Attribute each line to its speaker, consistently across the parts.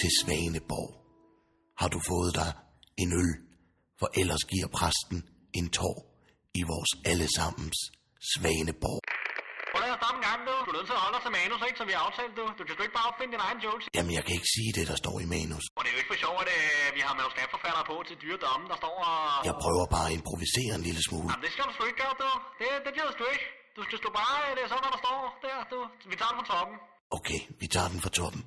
Speaker 1: til Svaneborg. Har du fået dig en øl, for ellers giver præsten en tår i vores allesammens Svaneborg.
Speaker 2: Prøv at stoppe en gang, du. Du er nødt til at holde dig til manus, ikke, som vi har aftalt, du. Du kan sgu ikke bare opfinde din egen jokes.
Speaker 1: Jamen, jeg kan ikke sige det, der står i manus.
Speaker 2: Og det er jo ikke for sjovt, at vi har manuskriptforfattere på til dyre domme, der står og...
Speaker 1: Jeg prøver bare at improvisere en lille smule.
Speaker 2: Jamen, det skal du sgu ikke gøre, du. Det gider du ikke. Du skal stå bare læse op, hvad der står der, du. Vi tager den fra toppen.
Speaker 1: Okay, vi tager den fra toppen.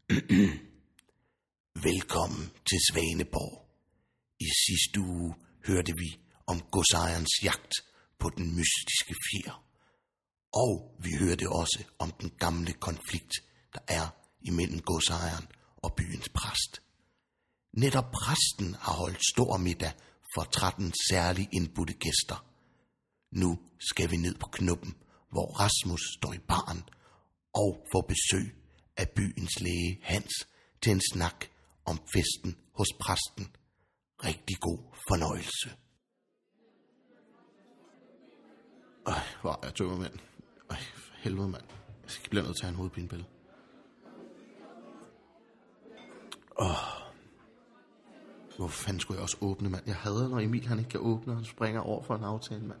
Speaker 1: Velkommen til Svaneborg. I sidste uge hørte vi om godsejerens jagt på den mystiske fjer. Og vi hørte også om den gamle konflikt, der er imellem godsejeren og byens præst. Netop præsten har holdt stor middag for 13 særligt indbudte gæster. Nu skal vi ned på Knuppen, hvor Rasmus står i baren og får besøg af byens læge Hans til en snak om festen hos præsten. Rigtig god fornøjelse. Hvor er jeg tømmer, mand. Helvede, mand. Jeg skal blive nødt til at have en hovedpinepille. Hvor fanden skulle jeg også åbne, mand? Jeg hader, når Emil han ikke kan åbne, og han springer over for en aftale, mand.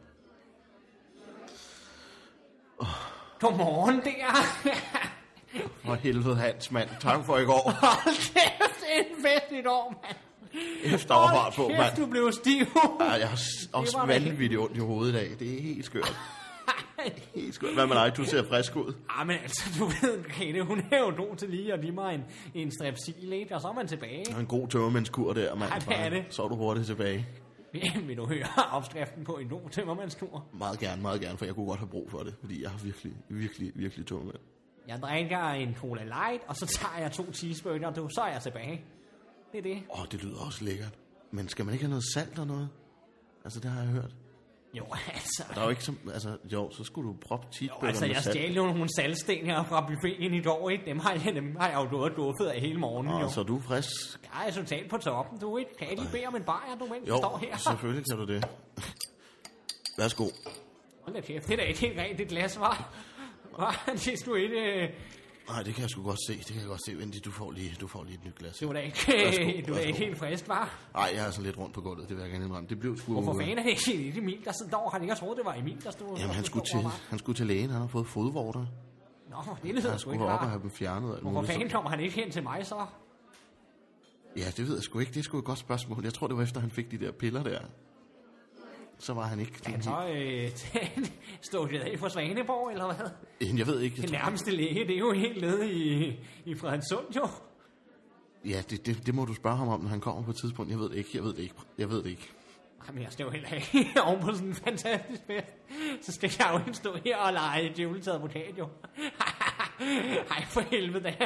Speaker 3: Godmorgen, der.
Speaker 1: For helvede, Hans, mand. Tak for i går.
Speaker 3: Hold kæft, en festligt år, mand.
Speaker 1: Efter overfart på, mand.
Speaker 3: Kæft, du blev stiv.
Speaker 1: Ja, jeg har også vanvittigt ondt i hovedet i dag. Det er helt skørt. Helt skørt. Hvad med dig? Du ser frisk ud.
Speaker 3: Men altså, du ved, Grete, hun er jo god til lige at give mig en strepsil, ikke? Og så er man tilbage.
Speaker 1: Det er en god tømmermandskur der, mand.
Speaker 3: Ja, det er det.
Speaker 1: Så er du hurtigt tilbage.
Speaker 3: Vil du høre opskriften på en god tømmermandskur?
Speaker 1: Meget gerne, for jeg kunne godt have brug for det. Fordi jeg har virkelig tømmermand.
Speaker 3: Jeg drikker en Cola Light, og så tager jeg 2 cheeseburger, og så er jeg tilbage. Det er det.
Speaker 1: Det lyder også lækkert. Men skal man ikke have noget salt eller noget? Altså, det har jeg hørt.
Speaker 3: Jo, altså...
Speaker 1: Der er jo ikke som... Altså, så skulle du proppe cheeseburger
Speaker 3: altså, jeg stjal jo nogle saltsten her fra buffeten i går, ikke? Dem har jeg jo duffet af hele morgenen,
Speaker 1: så du er frisk.
Speaker 3: Jeg er totalt på toppen, du ikke? Kan jeg lige bede om en bajer, du mens jeg står her?
Speaker 1: Selvfølgelig kan du det. Værsgo.
Speaker 3: Hold da kæft, det er da ikke helt rent, det glas, var. Det er sgu ikke...
Speaker 1: Nej, det kan jeg sgu godt se. Vendig, du får lige et nyt glas.
Speaker 3: Du er da ikke helt frisk, var?
Speaker 1: Nej, jeg er så lidt rundt på gulvet, det vil jeg gerne indrømme. Det blev sgu...
Speaker 3: Hvorfor fanden er det ikke Emil, der står? Han ikke har troet, det var Emil, der stod...
Speaker 1: Jamen, han skulle til lægen. Han har fået fodvorter.
Speaker 3: Nå, det lyder sgu ikke,
Speaker 1: var. Han skulle op og have dem fjernet.
Speaker 3: Hvorfor fanden kommer han ikke hen til mig, så?
Speaker 1: Ja, det ved jeg sgu ikke. Det er sgu et godt spørgsmål. Jeg tror, det var efter, han fik de der piller der. Så var han ikke...
Speaker 3: Han så stod det af for Svaneborg, eller hvad?
Speaker 1: Jeg ved ikke.
Speaker 3: Det nærmeste læge, det er jo helt nede i Frederikssund, jo.
Speaker 1: Ja, det må du spørge ham om, når han kommer på et tidspunkt. Jeg ved det ikke.
Speaker 3: Jamen, jeg skal jo heller ikke oven på sådan en fantastisk fest. Så skal jeg jo ikke stå her og lege djæveletaget advokat, jo. Ej, for helvede da.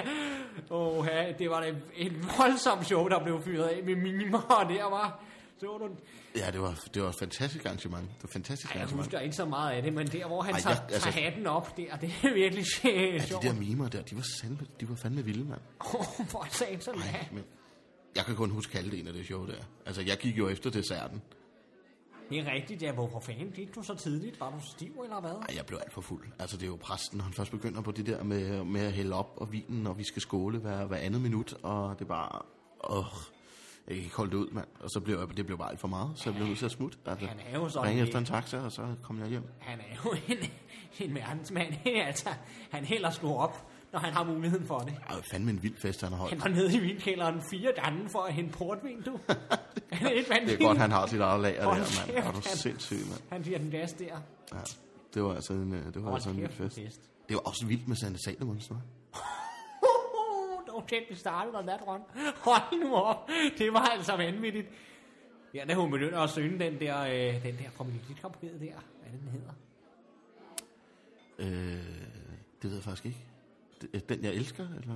Speaker 3: Det var da et voldsomt show, der blev fyret af med mimer, og der var...
Speaker 1: Ja, det var et fantastisk arrangement.
Speaker 3: Jeg husker ikke så meget af det, men der, hvor han tager hatten op, det er virkelig sjovt.
Speaker 1: De der mimer der, de var fandme vilde, mand.
Speaker 3: Hvor sagde sådan det?
Speaker 1: Jeg kan kun huske halvdelen af det show der. Altså, jeg gik jo efter desserten.
Speaker 3: Det er rigtigt, ja. Hvorfor fanden gik du så tidligt? Var du stiv, eller hvad?
Speaker 1: Nej, jeg blev alt for fuld. Altså, det er jo præsten, når han først begynder på det der med at hælde op og vinen, og vi skal skåle hver andet minut, og det er bare... Jeg kan ikke holde det ud, mand. Og så det blev bare alt for meget, så jeg blev nødt til at smutte. Altså,
Speaker 3: han er jo sådan...
Speaker 1: Ringe efter en taxa, og så kom jeg hjem.
Speaker 3: Han er jo en verdensmand. Altså, han hælder sgu op, når han har muligheden for det.
Speaker 1: Det er fandme en vild fest, han har holdt.
Speaker 3: Han var nede i vinkælderen 4 gange for at hente portvin, du.
Speaker 1: Det er godt, han har sit eget lager der, mand. Er du sindssyg, mand.
Speaker 3: Han giver den gas der.
Speaker 1: Ja, det var altså en vild fest. Det var også vildt med Sanne Salomons,
Speaker 3: vi startede on that one. Hold nu op. Det var altså vanvittigt. Ja, da hun begynder at synge den der fra Melodikampagnen der. Hvad den hedder?
Speaker 1: Det ved jeg faktisk ikke. Den jeg elsker, eller?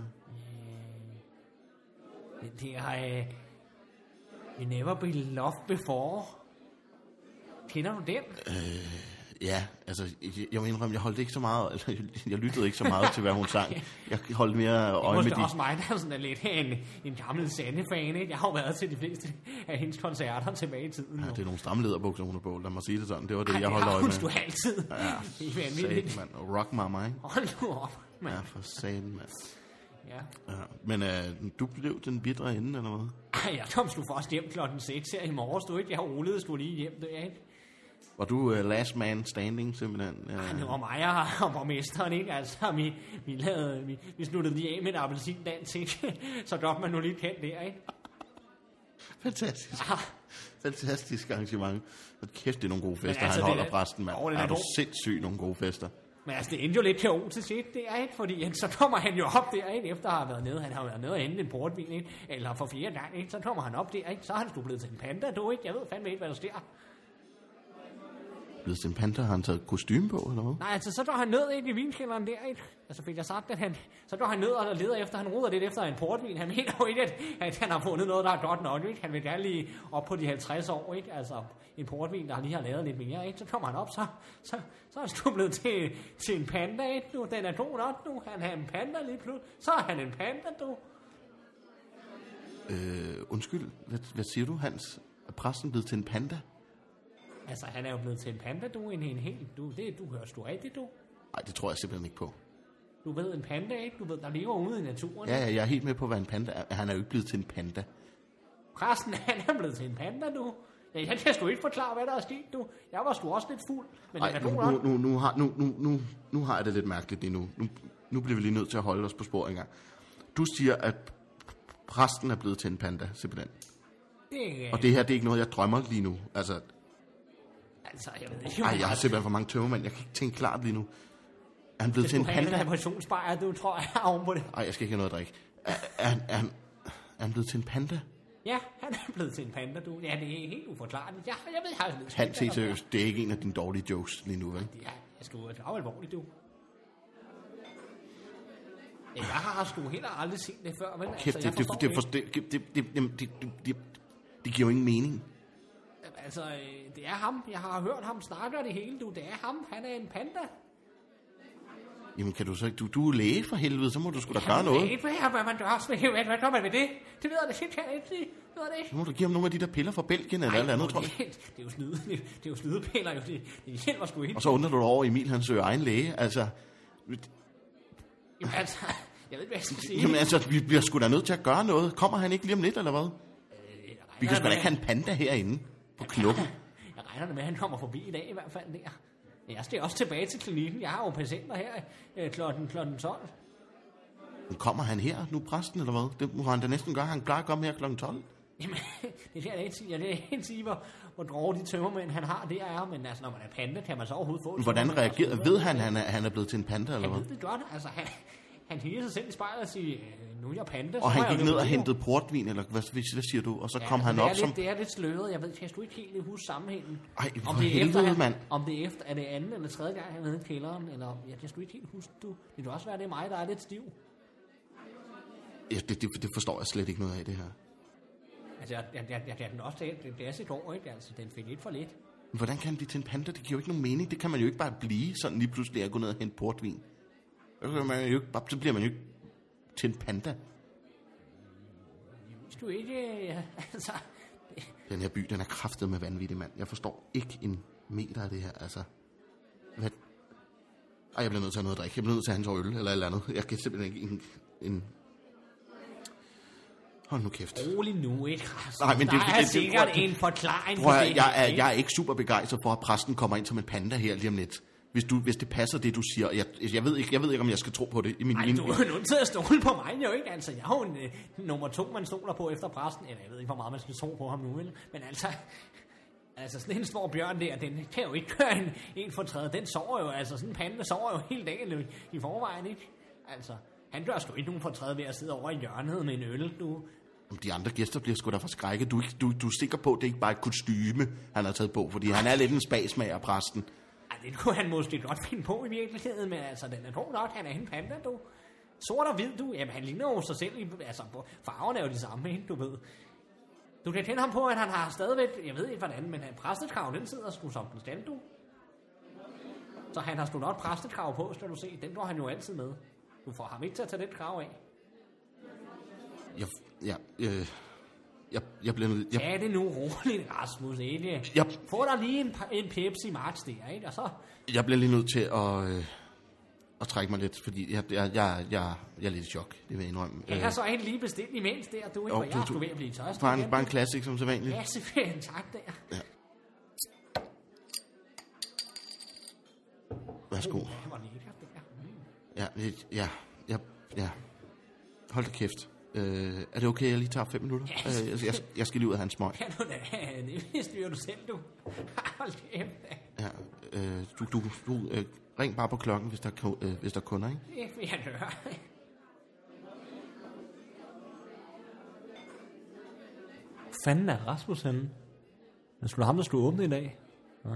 Speaker 3: Den der You Never Be Loved Before. Kender du den?
Speaker 1: Ja, altså, jeg må indrømme, jeg holdt ikke så meget, altså, jeg lyttede ikke så meget til, hvad hun sang. Jeg holdt mere øje med
Speaker 3: det er også mig, der er sådan lidt en gammel Sanne-fan, ikke? Jeg har jo været til de fleste af hendes koncerter tilbage i tiden.
Speaker 1: Ja, det er nogle stramlederbukser, hun har på, lad mig sige det sådan. Det var det, jeg holdt øje med.
Speaker 3: Det har hun altid.
Speaker 1: Ja, satan, mand. Rock mama, ikke?
Speaker 3: Hold nu op, mand.
Speaker 1: Ja, for satan, mand.
Speaker 3: Ja.
Speaker 1: Ja, men du blev den bitre ende, eller hvad?
Speaker 3: Ej, jeg kom sgu først hjem klokken 6 her i morges, du ikke? Jeg rullede sgu lige hjem, du ikke?
Speaker 1: Var du last man standing, simpelthen?
Speaker 3: Det var mig og borgmesteren, ikke? Altså, vi sluttede lige af med en appelsindans, ikke? Så godt man nu lige kendt der, ikke?
Speaker 1: Fantastisk. Fantastisk arrangement. Kæft, det er nogle gode fester,
Speaker 3: altså,
Speaker 1: han holder præsten, mand. Er du sindssygt nogle gode fester?
Speaker 3: Men altså, det endte jo lidt kaotisk, ikke? Det er ikke, fordi så kommer han jo op der, ikke? Efter at have været nede. Han har været nede og hente en portvin, ikke? Eller for 4 gange, ikke? Så kommer han op der, ikke? Så er han sgu blevet til en panda, du, ikke? Jeg ved fandme ikke, hvad der sker.
Speaker 1: Blevet til en panda? Har han taget kostume på, eller hvad?
Speaker 3: Nej, altså, så går han ned ind i vinkælderen der, ikke? Altså, fik jeg sagt, at så går han ned og leder efter, han ruder lidt efter en portvin. Han mener jo ikke, at han har fundet noget, der er godt nok, ikke? Han vil gerne lige op på de 50 år, ikke? Altså, en portvin, der lige har lavet lidt mere, ikke? Så kommer han op, så er han sgu blevet til en panda, ikke? Nu, den er god nok nu. Han er en panda lige pludselig. Så er han en panda, du.
Speaker 1: Undskyld, hvad siger du, Hans? Er præsten blevet til en panda?
Speaker 3: Altså, han er jo blevet til en panda, du. En helt. Du hører sgu rigtigt, du.
Speaker 1: Nej, det tror jeg simpelthen ikke på.
Speaker 3: Du ved, en panda, ikke? Du ved, der lever ude i naturen.
Speaker 1: Ja, jeg er helt med på, hvad en panda er. Han er jo ikke blevet til en panda.
Speaker 3: Præsten, han er blevet til en panda, du. Ja, jeg kan sgu ikke forklare, hvad der er sket, du. Jeg var sgu også lidt fuld. Men
Speaker 1: Ej, nu har jeg det lidt mærkeligt lige nu. Nu bliver vi lige nødt til at holde os på sporet engang. Du siger, at præsten er blevet til en panda, simpelthen. Og det her, det er ikke noget, jeg drømmer lige nu. Altså,
Speaker 3: jeg ved ikke.
Speaker 1: Ej, jeg har simpelthen for mange tømmermænd. Jeg kan ikke tænke klart lige nu. Er han blevet til en panda?
Speaker 3: Det er portionsbajer, du tror jeg oven på det.
Speaker 1: Ej, jeg skal ikke have noget at drikke. Er han blevet til en panda?
Speaker 3: Ja, han er blevet til en panda, du. Ja, det er helt uforklarligt. Jeg ved, jeg har lidt...
Speaker 1: Han siger seriøst, det er ikke en af dine dårlige jokes lige nu, vel?
Speaker 3: Ja, jeg skal jo være alvorligt, du. Ja, jeg har sgu heller aldrig set det før, vel?
Speaker 1: Kæft, det giver jo ingen mening.
Speaker 3: Altså, det er ham. Jeg har hørt ham snakke det hele, du. Det er ham. Han er en panda.
Speaker 1: Jamen, kan du så ikke... Du er læge for helvede, så må du sgu da gøre noget.
Speaker 3: Hvad man gør, hvad gør man med det? Det ved jeg det kan jeg ikke sige.
Speaker 1: Så må du give ham nogle af de der piller fra Belgien eller alt andet, tror jeg.
Speaker 3: Det er jo snyde. Det er jo snydepiller, jo. Det hjælper sgu ikke.
Speaker 1: Og så undrer du dig over, Emil, han søger egen læge. Altså...
Speaker 3: Jamen, altså... Jeg ved ikke, hvad jeg skal sige.
Speaker 1: Jamen, altså, vi bliver sgu da nødt til at gøre noget. Kommer han ikke lige om lidt, eller hvad? Vi kan sgu da ikke have en panda herinde på knuppen.
Speaker 3: Jeg regner det med, at han kommer forbi i dag i hvert fald der. Jeg skal også tilbage til klinikken. Jeg har jo patienter her klokken 12.
Speaker 1: Men kommer han her nu, præsten, eller hvad? Det må han da næsten gøre. Han plejer at komme her klokken 12.
Speaker 3: Jamen, det kan jeg ikke sige. Jeg kan ikke sige, hvor grove de tømmermænd han har. Det er men altså, når man er panda, kan man så overhovedet få...
Speaker 1: Hvordan reagerer... Ved han er blevet til en panda, eller hvad?
Speaker 3: Jeg ved det godt. Altså, han higer sig selv i spejlet og siger, nu er jeg panda.
Speaker 1: Og han gik ned og hentede portvin, eller hvad siger du? Og så kom han op som...
Speaker 3: Det er lidt sløret. Jeg sgu ikke helt huske sammenhængen.
Speaker 1: Ej, for helvede, mand.
Speaker 3: Om det er efter, er det anden eller tredje gang, han er nede i kælderen, eller... Jeg sgu ikke helt huske, du. Det kan også være, det er mig, der er lidt stiv.
Speaker 1: Ja, det forstår jeg slet ikke noget af, det her.
Speaker 3: Altså, jeg den også det er sit år, ikke? Altså, den fik lidt for lidt.
Speaker 1: Men hvordan kan han blive til en panda? Det giver jo ikke nogen mening. Det kan man jo ikke bare blive sådan lige pludselig at gå ned og hente portvin. Så bliver man jo ikke til en panda.
Speaker 3: Hvis du ikke... Altså...
Speaker 1: Den her by, den er kraftet med vanvittig, mand. Jeg forstår ikke en meter af det her, altså. Hvad? Ej, jeg bliver nødt til at have noget at drikke. Jeg bliver nødt til at have hans øl eller et eller andet. Jeg kan simpelthen ikke en... Hold nu kæft.
Speaker 3: Rolig nu, ikke?
Speaker 1: Nej, men
Speaker 3: der er sikkert en forklaring på det.
Speaker 1: Jeg er ikke super begejstret for, at præsten kommer ind som en panda her lige om lidt. Hvis det passer det, du siger. Jeg ved ikke, om jeg skal tro på det.
Speaker 3: Du er nødt til at stole på mig, jo ikke? Altså, jeg har jo nummer 2, man stoler på efter præsten. Eller jeg ved ikke, hvor meget man skal tro på ham nu, vel? Men altså sådan en stor bjørn der, den kan jo ikke køre en for træet. Den sover jo, altså sådan en panda sover jo hele dagen i forvejen, ikke? Altså, han gør sgu ikke nogen for træet ved at sidde over i hjørnet med en øl, du.
Speaker 1: De andre gæster bliver sgu da forskrækket. Du er sikker på, at det ikke bare er et kostyme, han har taget på, fordi han er lidt en spasmager, præsten.
Speaker 3: Ej, det kunne han måske godt finde på i virkeligheden, men altså, den er god nok, han er en panda, du. Sort og hvid, du. Jamen, han ligner jo sig selv, altså, farverne er jo de samme, ikke, du ved. Du kan kende ham på, at han har stadigvæk, jeg ved ikke hvordan, men præstekrav, den sidder sgu som den skal, du. Så han har sgu nok præstekrav på, skal du se. Den går han jo altid med. Du får ham ikke til at tage den krav af.
Speaker 1: Jeg bliver...
Speaker 3: Ja, det nu roligt, Rasmus, ikke? Få dig lige en Pepsi Max der, ikke? Og så...
Speaker 1: Jeg bliver lige nødt til at trække mig lidt, fordi jeg er lidt i chok, det vil jeg indrømme.
Speaker 3: Jeg har så helt lige bestilt imens der, du ikke, hvor jeg skulle ved at blive tørst.
Speaker 1: Bare en classic som sædvanligt.
Speaker 3: Ja, selvfølgelig. Tak der.
Speaker 1: Ja. Værsgo. Ja. Hold da kæft. Er det okay, jeg lige tager 5 minutter? Jeg skal lige ud af hans smøg.
Speaker 3: Ja, nu da. Det styrer du selv, du. Hold kæft.
Speaker 1: Ja, du ring bare på klokken, hvis der er kunder, ikke?
Speaker 3: Det vil jeg høre. Fanden er Rasmus henne? Men skulle ham, der skulle åbne i dag? Ja.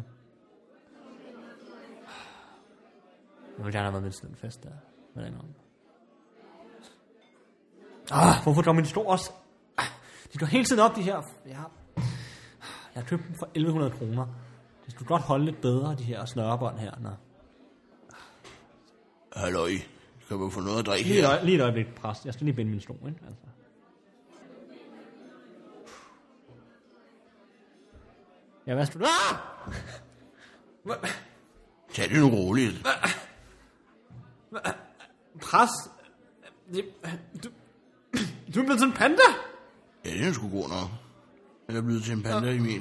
Speaker 3: Jeg ville gerne have været med til den fest der. Hvorfor går min stol også? De går hele tiden op, de her. Jeg har købt dem for 1100 kroner. Det skulle godt holde lidt bedre, de her snørebånd her. Nå.
Speaker 1: Halløj, skal vi få noget at drikke her?
Speaker 3: Lige et øjeblik, præst. Jeg skal lige binde min stol, ikke? Altså. Ja, hvad skal du?
Speaker 1: Tag det nu roligt.
Speaker 3: Præst? Du er blevet til en panda?
Speaker 1: Ja, det er sgu god nok. Jeg er blevet til en panda, Emil.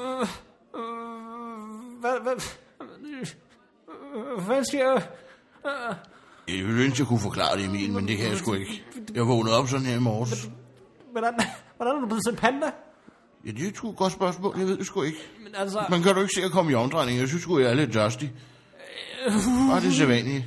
Speaker 3: Hvad sker der?
Speaker 1: Jeg ville ønske, jeg kunne forklare det, Emil, men det kan jeg sgu ikke. Jeg vågnede op sådan her i morges.
Speaker 3: Hvordan er du blevet til en panda?
Speaker 1: Ja, det er sgu et godt spørgsmål. Jeg ved det sgu ikke.
Speaker 3: Men altså...
Speaker 1: Man kan du ikke se at komme i omdrejning. Jeg synes sgu, jeg er lidt tørstig. Bare det sædvanlige.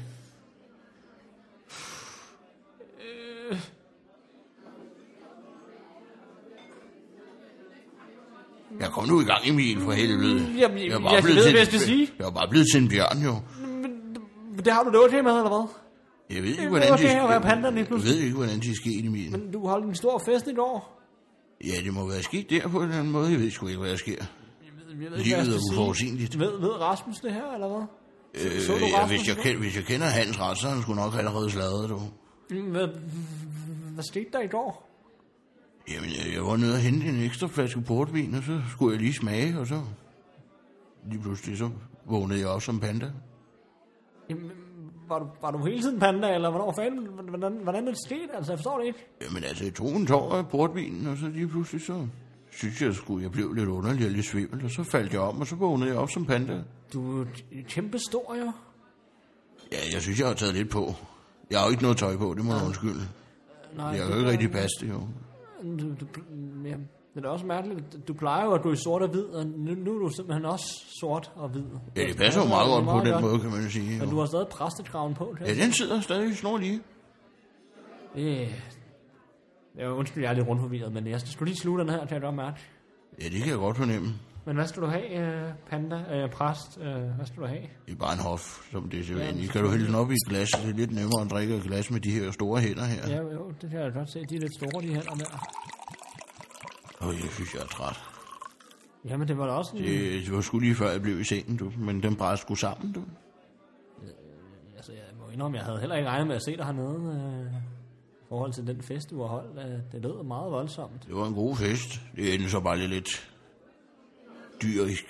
Speaker 1: Jeg kom nu i gang, Emil, for helvede. Jeg var bare blevet til en bjørn, jo.
Speaker 3: Men det har du det okay med, eller hvad?
Speaker 1: Jeg ved ikke, hvordan det er sket, Emil.
Speaker 3: Men du holdt en stor fest i går.
Speaker 1: Ja, det må være sket der på en eller anden måde. Jeg ved sgu ikke, hvad der sker. Livet er uforudsigeligt.
Speaker 3: Ved Rasmus det her, eller hvad?
Speaker 1: Ja, hvis jeg kender Hans ret, så han skulle nok allerede sladret, du.
Speaker 3: Hvad skete der i går?
Speaker 1: Jamen, jeg var nede og hente en ekstra flaske portvin, og så skulle jeg lige smage, og så lige pludselig så vågnede jeg op som panda.
Speaker 3: Jamen, var du hele tiden panda, eller hvordan er det sket? Altså, jeg forstår det ikke.
Speaker 1: Jamen, altså, jeg tog en tår af portvinen, og så lige pludselig så synes jeg blev lidt underlig og lidt svimmel, og så faldt jeg om, og så vågnede jeg op som panda. Du er
Speaker 3: kæmpe stor, jo.
Speaker 1: Ja, jeg synes, jeg har taget lidt på. Jeg har jo ikke noget tøj på, det må jeg undskylde. Nej, jeg kan jo ikke rigtig passe det, jo.
Speaker 3: Ja, det er også mærkeligt. Du plejer jo at gå i sort og hvid, og nu er du simpelthen også sort og hvid.
Speaker 1: Ja, det passer jo meget godt på den måde, kan man jo sige.
Speaker 3: Men du har stadig præstekraven på.
Speaker 1: Ja, den sidder stadig snor lige.
Speaker 3: Undskyld, jeg er lidt rundforvirret, men jeg skal lige slutte den her, til jeg godt mærke.
Speaker 1: Ja, det kan jeg godt fornemme.
Speaker 3: Men hvad skal du have, panda, præst? Hvad skal du have?
Speaker 1: Det er bare en hof, som det er sædvanligt. Kan du hælde den op i et glas? Det er lidt nemmere at drikke et glas med de her store hænder her.
Speaker 3: Ja, jo, det kan jeg godt se. De er lidt store, de hænder der.
Speaker 1: Jeg synes, jeg er træt.
Speaker 3: Jamen, det var da også en...
Speaker 1: Det var sgu lige før, jeg blev i sengen, du. Men den bare skulle sammen, du.
Speaker 3: Altså, jeg må indrømme, jeg havde heller ikke regnet med at se dig hernede. I forhold til den fest, du har holdt. Det lød meget voldsomt.
Speaker 1: Det var en god fest. Det endte så bare lidt dyrisk.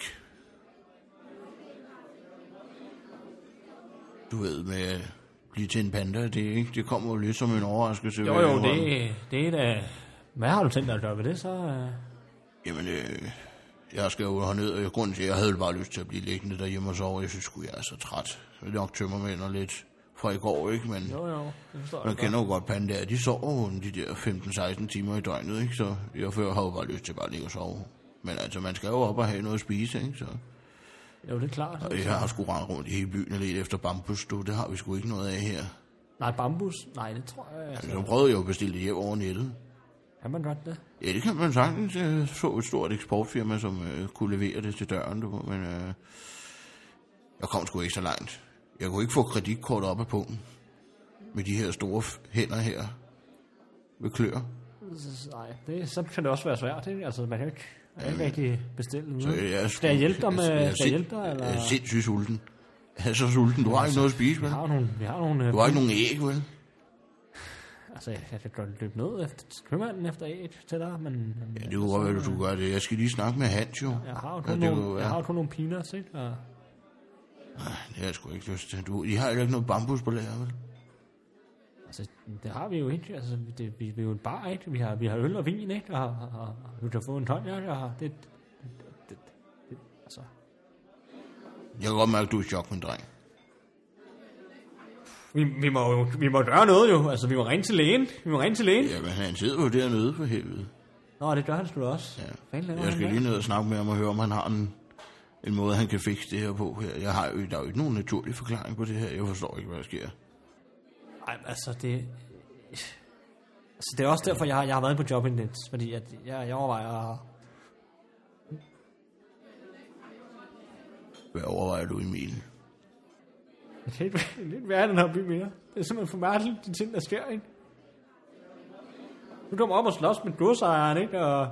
Speaker 1: Du ved, med at blive til en panda, det kommer jo lidt som en overraskelse.
Speaker 3: Jo, det er da... Hvad har du tænkt dig at gøre ved det, så?
Speaker 1: Jamen, jeg skal jo herned, og grunden til, at jeg havde bare lyst til at blive liggende derhjemme og sove. Jeg synes sgu, jeg er så træt. Jeg er nok tømmermænd og lidt fra i går, ikke? Men
Speaker 3: jo, det forstår jeg.
Speaker 1: Man kender jo godt pandaer. De sover jo de der 15-16 timer i døgnet, ikke? Så jeg har jo bare lyst til bare at ligge og sove. Men altså, man skal jo op og have noget at spise, ikke? Så...
Speaker 3: Jo, det er klart.
Speaker 1: Og jeg har sgu rendt rundt i hele byen og lidt efter bambus, du. Det har vi sgu ikke noget af her.
Speaker 3: Nej, bambus? Nej, det tror jeg...
Speaker 1: Altså, så prøvede jeg jo at bestille det hjem over nettet.
Speaker 3: Kan man godt det?
Speaker 1: Ja, det kan man sagtens. Jeg så et stort eksportfirma, som kunne levere det til døren, du. Men jeg kom sgu ikke så langt. Jeg kunne ikke få kreditkortet op af pungen. Med de her store hænder her. Med klør.
Speaker 3: Nej, så kan det også være svært, ikke? Altså, man kan ikke rigtig bestille noget.
Speaker 1: Skal
Speaker 3: jeg hjælpe dig med... eller?
Speaker 1: Jeg er sindssygt sulten. Jeg er så sulten. Du har ikke noget at spise, vel?
Speaker 3: Vi har nogle...
Speaker 1: Du har ikke nogen æg, vel?
Speaker 3: Altså, jeg kan godt løbe ned efter købmanden efter æg til dig, men...
Speaker 1: Ja, det kunne godt være, at du gør det. Jeg skal lige snakke med Hans, jo.
Speaker 3: Jeg har jo kun nogle peanuts, ikke? Og...
Speaker 1: Nej, det har jeg sgu ikke lyst til. I har jo ikke noget bambus på lager, vel?
Speaker 3: Altså, det har vi jo ikke. Altså, vi er jo en bar, ikke? Vi har øl og vin, ikke? Og du kan få en tonjak, og det, altså...
Speaker 1: Jeg kan godt mærke, at du er i chok, min dreng.
Speaker 3: Vi må gøre noget jo. Altså, vi må ringe til lægen.
Speaker 1: Jamen, han sidder jo dernede for helvede.
Speaker 3: Nå, det gør han sgu da også.
Speaker 1: Ja. Jeg skal lige ned og snakke med ham og høre, om han har en måde, han kan fikse det her på her. Der er jo ikke nogen naturlig forklaring på det her. Jeg forstår ikke, hvad der sker.
Speaker 3: Ej, altså, det er også derfor, jeg har været på Jobindex. Fordi at jeg overvejer...
Speaker 1: Hvad overvejer du, Emil?
Speaker 3: Jeg kan ikke være den her by mere. Det er simpelthen for mærkeligt, de ting, der sker, ikke? Nu kommer op og slås med godsejeren, ikke? Og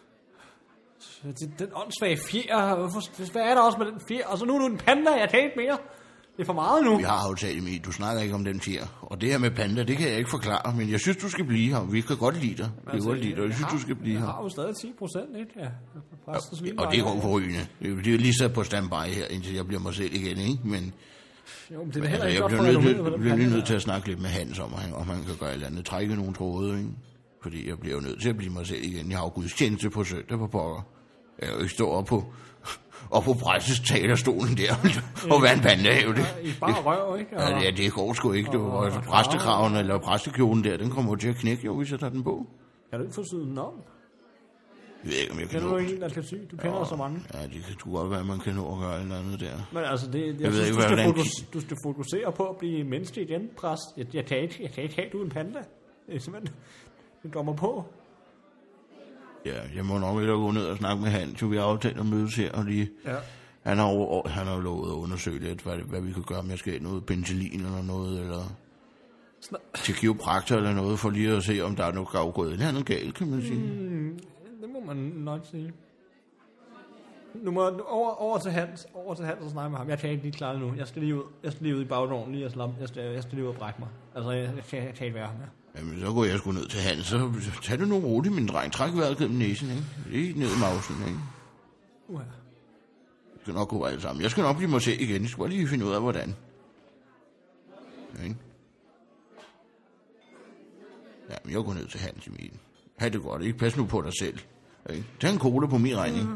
Speaker 3: den åndssvage fjer. Hvad er der også med den fjer? Og så nu er du en panda, jeg kan ikke mere. Det er for meget nu.
Speaker 1: Vi har aftalt, Emil. Du snakker ikke om den fjer. Og det her med panda, det kan jeg ikke forklare. Men jeg synes, du skal blive her. Vi kan godt lide dig. Jeg synes, du skal blive her.
Speaker 3: Jeg har jo stadig 10%, ikke? Ja.
Speaker 1: Og det går forrygende. Det er lige så på standby her, indtil jeg bliver mig selv igen, ikke? Men...
Speaker 3: Jo, men det er heller ikke
Speaker 1: jeg
Speaker 3: godt
Speaker 1: bliver lige nødt til at snakke lidt med Hans om han kan gøre et eller andet. Trække nogle tråde, ikke? Fordi jeg bliver jo nødt til at blive mig selv igen. Jeg har jo gudstjeneste på søndag på pokker. Jeg kan jo ikke stå op på præsses talerstolen der og være en panda.
Speaker 3: I bare røv, ikke?
Speaker 1: Ja, det går sgu ikke. Og præstekraven eller præstekjolen der, den kommer jo til at knække, jo, hvis jeg tager den på.
Speaker 3: Kan du ikke få syet den om?
Speaker 1: Jeg ved ikke, om jeg kan
Speaker 3: nå. Kender du en, der skal sy? Du kender så mange.
Speaker 1: Ja, det kan godt være, man kan nå at gøre et eller andet der.
Speaker 3: Men altså, jeg synes, du skal fokusere på at blive menneskelig igen, præst. Jeg kan ikke have, du en panda. Det er simpelthen... Det går mig på.
Speaker 1: Ja, jeg må nok ikke gå ned og snakke med Hans. Vi har aftalt at mødes her og lige... Ja. Han har lovet at undersøge lidt, hvad vi kan gøre, om jeg skal have noget penicillin eller noget, eller til kiropraktor eller noget, for lige at se, om der er noget afgået eller andet galt, kan man sige.
Speaker 3: Det må man nok sige. Nu må over til Hans og snakke med ham. Jeg kan ikke lige klare det nu. Jeg skal lige ud i bagdåren lige og slappe. Jeg skal lige ud og brække mig. Altså, jeg kan ikke være her.
Speaker 1: Jamen, så går jeg sgu ned til Hans. Så tag det nu roligt, min dreng. Træk vejret gennem næsen, ikke? Lige ned i mausen, ikke? Det skal nok gå alt sammen. Jeg skal nok blive mig selv igen. Jeg skal bare lige finde ud af, hvordan. Okay. Ja, men jeg går ned til Hans i min. Ha' det godt, ikke? Pas nu på dig selv. Ikke? Tag en cola på min regning.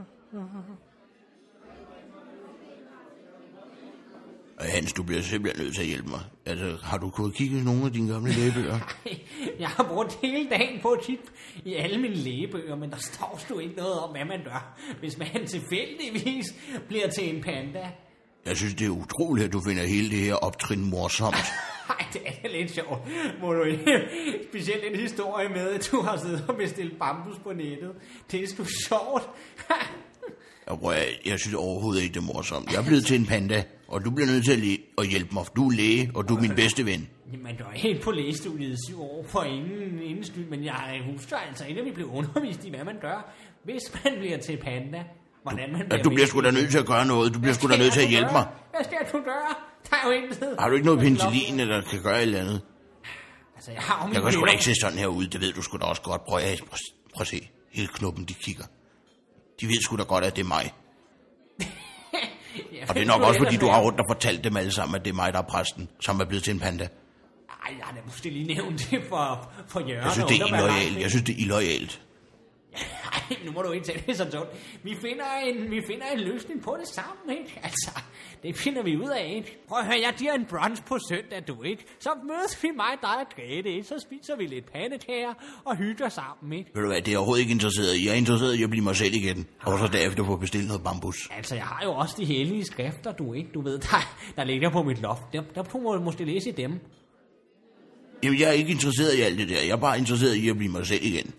Speaker 1: Hans, du bliver simpelthen nødt til at hjælpe mig. Altså, har du kunnet kigge i nogle af dine gamle lægebøger?
Speaker 3: Jeg har brugt hele dagen på at kigge i alle mine lægebøger, men der står sgu ikke noget om, hvad man gør, hvis man tilfældigvis bliver til en panda.
Speaker 1: Jeg synes, det er utroligt, at du finder hele det her optrin morsomt.
Speaker 3: Nej, det er lidt sjovt. Må du ikke? Specielt en historie med, at du har siddet og bestilt bambus på nettet. Det er sgu sjovt.
Speaker 1: Jeg synes overhovedet ikke, det er morsomt. Jeg er blevet til en panda, og du bliver nødt til at hjælpe mig. Du er læge, og du er min bedste ven.
Speaker 3: Jamen, du er helt på lægestudiet 7 år for ingen skyld, men jeg husker altså ikke, at vi blev undervist i, hvad man gør, hvis man bliver til panda. Hvordan man bliver
Speaker 1: du bliver sgu da nødt til at gøre noget. Du bliver sgu da nødt til at hjælpe mig.
Speaker 3: Hvad skal du gøre? Der er jo intet.
Speaker 1: Har du ikke noget penicillin, eller kan gøre et eller andet?
Speaker 3: Altså, jeg
Speaker 1: kan sgu da ikke se sådan her ud. Det ved du sgu da også godt. Prøv at se. Hele knuppen, de kigger. De ved sgu da godt, at det er mig. Og det er nok også, fordi du har rundt og fortalt dem alle sammen, at det er mig, der er præsten, som er blevet til en panda.
Speaker 3: Ej, jeg har da måske lige nævnt det for Jørgen.
Speaker 1: Jeg synes, det er illoyalt. Jeg synes, det er illoyalt.
Speaker 3: Ej, nu må du ikke tage det så tungt. Vi finder en løsning på det sammen, ikke? Altså, det finder vi ud af, ikke? Prøv at høre, jeg giver en brunch på søndag, du, ikke? Så mødes vi mig, dig og Grete, ikke? Så spiser vi lidt pandekager og hygger sammen, ikke?
Speaker 1: Ved du hvad, det er overhovedet ikke interesseret i. Jeg er interesseret i at blive mig selv igen. Og så derefter få bestilt noget bambus.
Speaker 3: Altså, jeg har jo også de hellige skrifter, du, ikke? Du ved, der ligger på mit loft. Der kunne man måske læse i dem.
Speaker 1: Jamen, jeg er ikke interesseret i alt det der. Jeg er bare interesseret i at blive mig selv igen.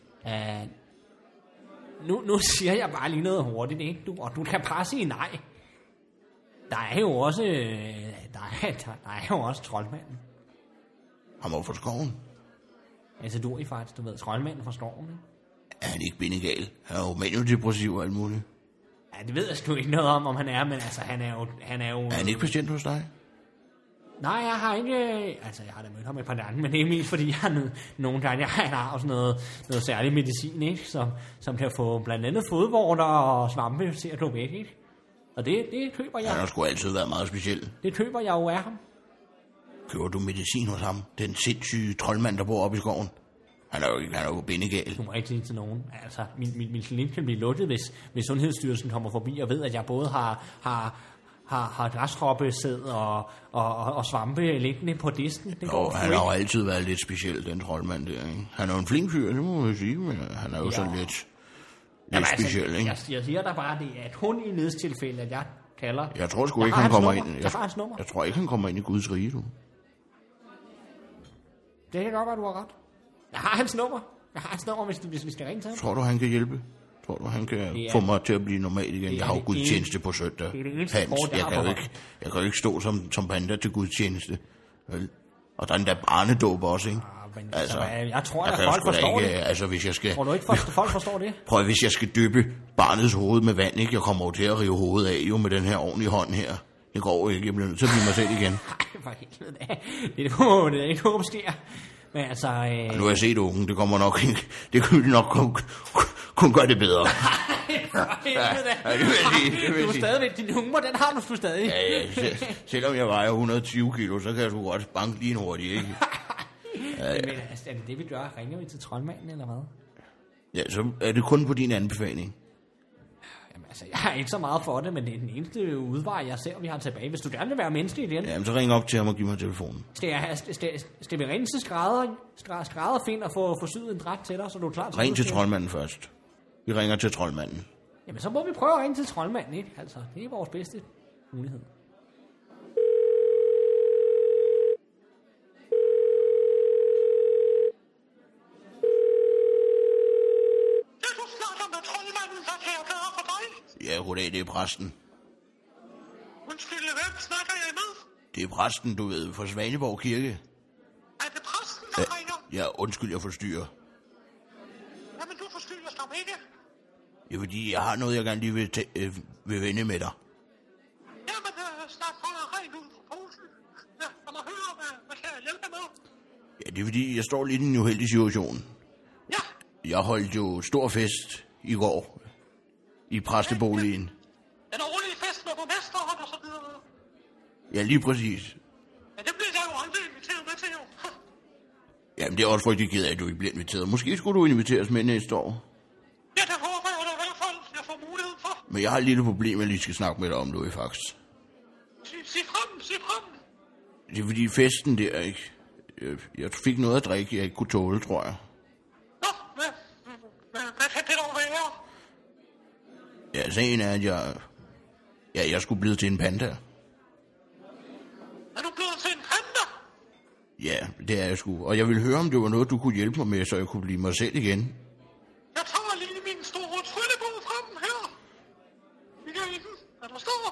Speaker 3: Nu siger jeg bare lige noget hurtigt, ikke? Og du kan bare sige nej. Der er jo også... Der er jo også troldmanden.
Speaker 1: Ham over for skoven?
Speaker 3: Altså, du er faktisk, du ved, troldmanden fra skoven, ikke?
Speaker 1: Er han ikke bindegal? Han er jo maniodepressiv og alt muligt.
Speaker 3: Ja, det ved jeg sgu ikke noget om han er, men altså, han er jo...
Speaker 1: Er han ikke patient hos dig?
Speaker 3: Nej, jeg har ikke... Altså, jeg har da mødt ham et par gange, men det er mest, fordi jeg har nogle gange... Jeg har også noget særlig medicin, ikke? Som kan få blandt andet fodvorter og svampe til at gå væk, ikke? Og det køber
Speaker 1: Han har
Speaker 3: jeg.
Speaker 1: sgu altid været meget speciel.
Speaker 3: Det køber jeg jo af ham.
Speaker 1: Køber du medicin hos ham? Den sindssyge troldmand, der bor oppe i skoven. Han er jo bindegal.
Speaker 3: Du må ikke sige til nogen. Altså, min klinik kan blive lukket, hvis Sundhedsstyrelsen kommer forbi og ved, at jeg både har græshoppesæd og svampe liggende på disken. Det går
Speaker 1: Han har jo altid været lidt speciel, den troldmand der, ikke? Han er jo en flink fyr, det må man jo sige, men han er jo sådan lidt speciel, ikke?
Speaker 3: Jeg siger der bare, det er et hund i nedstilfælde, at jeg kalder.
Speaker 1: Jeg tror sgu ikke, han kommer ind.
Speaker 3: Jeg
Speaker 1: tror ikke, han kommer ind i Guds rige, du.
Speaker 3: Det kan godt være, du har ret. Jeg har hans nummer, hvis vi skal ringe til ham.
Speaker 1: Tror du, han kan hjælpe? Tror du, han kan få mig til at blive normal igen? Jeg har jo gudstjeneste på søndag.
Speaker 3: Det er det eneste
Speaker 1: Hans,
Speaker 3: kort, jeg
Speaker 1: kan jo ikke stå som panda til gudstjeneste. Vel? Og der er en der barnedåb også, ikke?
Speaker 3: Jeg tror, at folk forstår det.
Speaker 1: Altså, hvis jeg skal...
Speaker 3: Tror du ikke, folk forstår det?
Speaker 1: Prøv, hvis jeg skal dyppe barnets hoved med vand, ikke? Jeg kommer jo til at rive hovedet af, jo, med den her ordentlige hånd her. Det går jo ikke, jeg bliver nødt til at blive mig selv igen.
Speaker 3: Nej, for helvede da. Det er ikke håb sker. Men altså...
Speaker 1: Nu har jeg set ungen, det kommer nok ikke... Det kunne nok kun gøre det bedre.
Speaker 3: Du er stadigvæk din humor, den har du stadig.
Speaker 1: Ja, selvom jeg vejer 120 kilo, så kan jeg sgu godt banke lige hurtigt, ikke?
Speaker 3: Men altså, er det vi gør? Ringer vi til troldmanden, eller hvad?
Speaker 1: Ja, så er det kun på din anbefaling.
Speaker 3: Jamen altså, jeg er ikke så meget for det, men det er den eneste udvej, jeg ser, vi har tilbage. Hvis du gerne vil være menneskelig igen.
Speaker 1: Jamen, så ring op til ham og giv mig telefonen.
Speaker 3: Skal vi ringe til skrædderfind og få syet en dragt til dig, så du er klar til
Speaker 1: ring til troldmanden først. Vi ringer til troldmanden.
Speaker 3: Jamen, så må vi prøve at ringe til troldmanden, ikke? Altså, det er vores bedste mulighed.
Speaker 1: Ja, goddag, det er præsten.
Speaker 2: Undskyld, hvem snakker jeg med?
Speaker 1: Det er præsten, du ved, fra Svaneborg Kirke.
Speaker 2: Er det præsten, der ringer?
Speaker 1: Ja, undskyld, jeg forstyrrer.
Speaker 2: Jamen, du forstyrrer dig ikke.
Speaker 1: Det er fordi, jeg har noget, jeg gerne lige vil vende med dig.
Speaker 2: Jamen, snak for dig rent ud fra posen. Ja, lad mig høre, hvad kan jeg hjælpe med?
Speaker 1: Ja, det er fordi, jeg står lidt i en uheldig situation.
Speaker 2: Ja.
Speaker 1: Jeg holdt jo stor fest i går i præsteboligen.
Speaker 2: Den årlige fest med borgmesteren og så videre.
Speaker 1: Ja, lige præcis.
Speaker 2: Ja, det bliver jeg jo aldrig inviteret med til, jo.
Speaker 1: Jamen, det er også frygtelig ked af, at du ikke bliver inviteret. Måske skulle du inviteres med næste år.
Speaker 2: Ja, det håber jeg da i hvert fald, jeg får mulighed for.
Speaker 1: Men jeg har et lille problem, jeg lige skal snakke med dig om, Louis Fax.
Speaker 2: Sig frem.
Speaker 1: Det er fordi festen der, ikke? Jeg fik noget at drikke, jeg ikke kunne tåle, tror jeg.
Speaker 2: Nå, hvad kan det dog være?
Speaker 1: Ja, sagen er, at jeg skulle blive til en panda.
Speaker 2: Er du blevet til en panda?
Speaker 1: Ja, det er jeg sgu. Og jeg ville høre, om det var noget, du kunne hjælpe mig med, så jeg kunne blive mig selv igen.
Speaker 2: Jeg tager lige min store tryllebog frem her. Igen, hvad der står.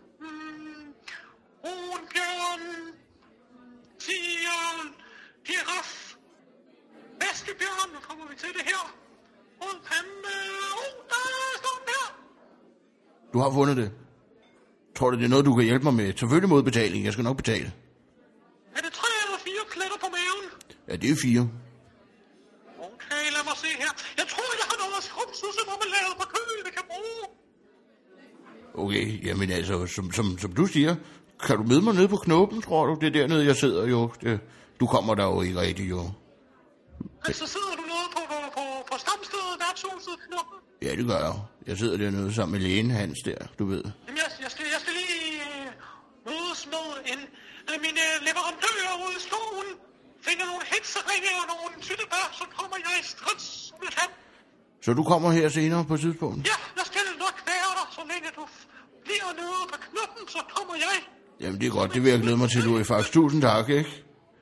Speaker 2: Brunbjørn, tiger, giraf, vaskebjørn. Nu kommer vi til det her. Rød pande. Der står den her.
Speaker 1: Du har fundet det. Tror du, det er noget, du kan hjælpe mig med? Selvfølgelig mod betaling. Jeg skal nok betale.
Speaker 2: Er det 3 eller 4 pletter på maven?
Speaker 1: Ja, det er 4.
Speaker 2: Okay, lad mig se her. Jeg tror, jeg har noget skrumsudse, hvor man lavet på køl, vi kan bruge.
Speaker 1: Okay, jamen altså, som du siger, kan du møde mig nede på knoppen, tror du? Det er dernede, jeg sidder jo. Du kommer der jo ikke rigtig, jo.
Speaker 2: Altså sidder du nede på stamstedet, værtshuset, knoppen?
Speaker 1: Ja, det gør jeg. Jeg sidder dernede sammen med lægen Hans der, du ved.
Speaker 2: Jamen, jeg skal lige mødes med en af mine leverandører ude i skoven. Finder nogle hekseringe og nogle tyttebær, så kommer jeg straks om lidt hen.
Speaker 1: Så du kommer her senere på et tidspunkt?
Speaker 2: Ja, jeg skal nok være der, så længe du bliver nede på knoppen, så kommer jeg.
Speaker 1: Jamen, det er godt. Det vil jeg glæde mig til, Louis Fax. Tusind tak, ikke?